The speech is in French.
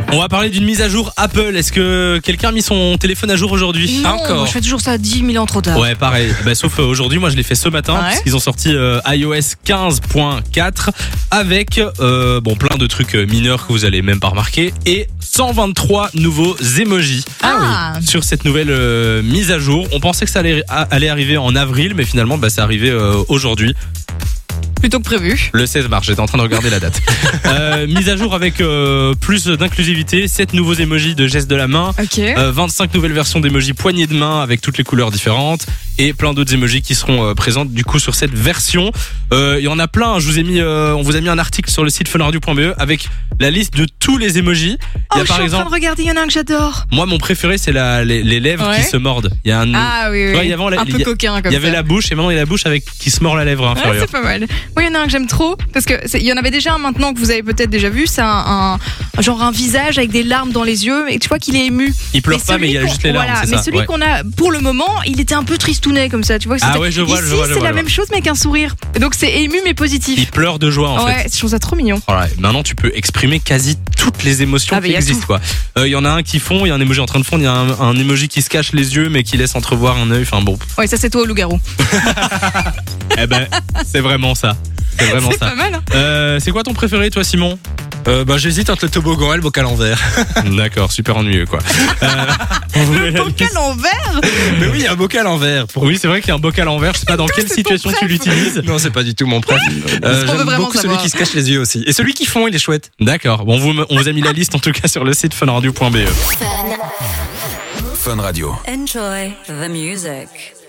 On va parler d'une mise à jour Apple. Est-ce que quelqu'un a mis son téléphone à jour aujourd'hui? Non, Encore. moi, je fais toujours ça 10 000 ans trop tard. Ouais, pareil. Sauf aujourd'hui, moi je l'ai fait ce matin, parce qu'ils ont sorti iOS 15.4 avec plein de trucs mineurs que vous allez même pas remarquer et 123 nouveaux emojis sur cette nouvelle mise à jour. On pensait que ça allait arriver en avril, mais finalement c'est arrivé aujourd'hui. Plutôt que prévu. Le 16 mars, j'étais en train de regarder la date. Mise à jour avec plus d'inclusivité, 7 nouveaux emojis de gestes de la main, 25 nouvelles versions d'emojis poignées de main avec toutes les couleurs différentes et plein d'autres emojis qui seront présentes du coup sur cette version. Il y en a plein, on vous a mis un article sur le site funradio.be avec la liste de tous les emojis. Je suis en train de regarder, il y en a un que j'adore. Moi mon préféré c'est les lèvres qui se mordent. Il y a un un peu coquin comme ça. Il y avait la bouche et maintenant il y a la bouche qui se mord la lèvre inférieure. C'est pas mal. Oui, il y en a un que j'aime trop parce que il y en avait déjà un maintenant que vous avez peut-être déjà vu, c'est un visage avec des larmes dans les yeux et tu vois qu'il est ému. Il pleure pas mais il y a juste les larmes, c'est mais ça. celui qu'on a pour le moment, il était un peu tristounet comme ça, tu vois. Je vois. C'est la même chose mais avec un sourire. Et donc c'est ému mais positif. Il pleure de joie en fait. Ouais, je trouve ça trop mignon. Voilà, maintenant tu peux exprimer quasi toutes les émotions qui existent quoi. Il y en a un qui fond, il y a un emoji en train de fondre, il y a un emoji qui se cache les yeux mais qui laisse entrevoir un œil, enfin bon. Ouais, ça c'est toi au loup-garou. C'est vraiment ça. C'est vraiment ça. Pas mal. Hein. C'est quoi ton préféré toi Simon? J'hésite entre le toboggan et le bocal en verre. D'accord, super ennuyeux quoi. Le bocal en verre? Mais oui, il y a un bocal en verre. Oui, c'est vrai qu'il y a un bocal en verre. Je sais pas dans quelle situation tu l'utilises. Non, c'est pas du tout mon préf. J'aime beaucoup celui qui se cache les yeux aussi. Et celui qui fond, il est chouette. D'accord. Bon, on vous a mis la liste en tout cas sur le site funradio.be. Fun Radio. Enjoy the music.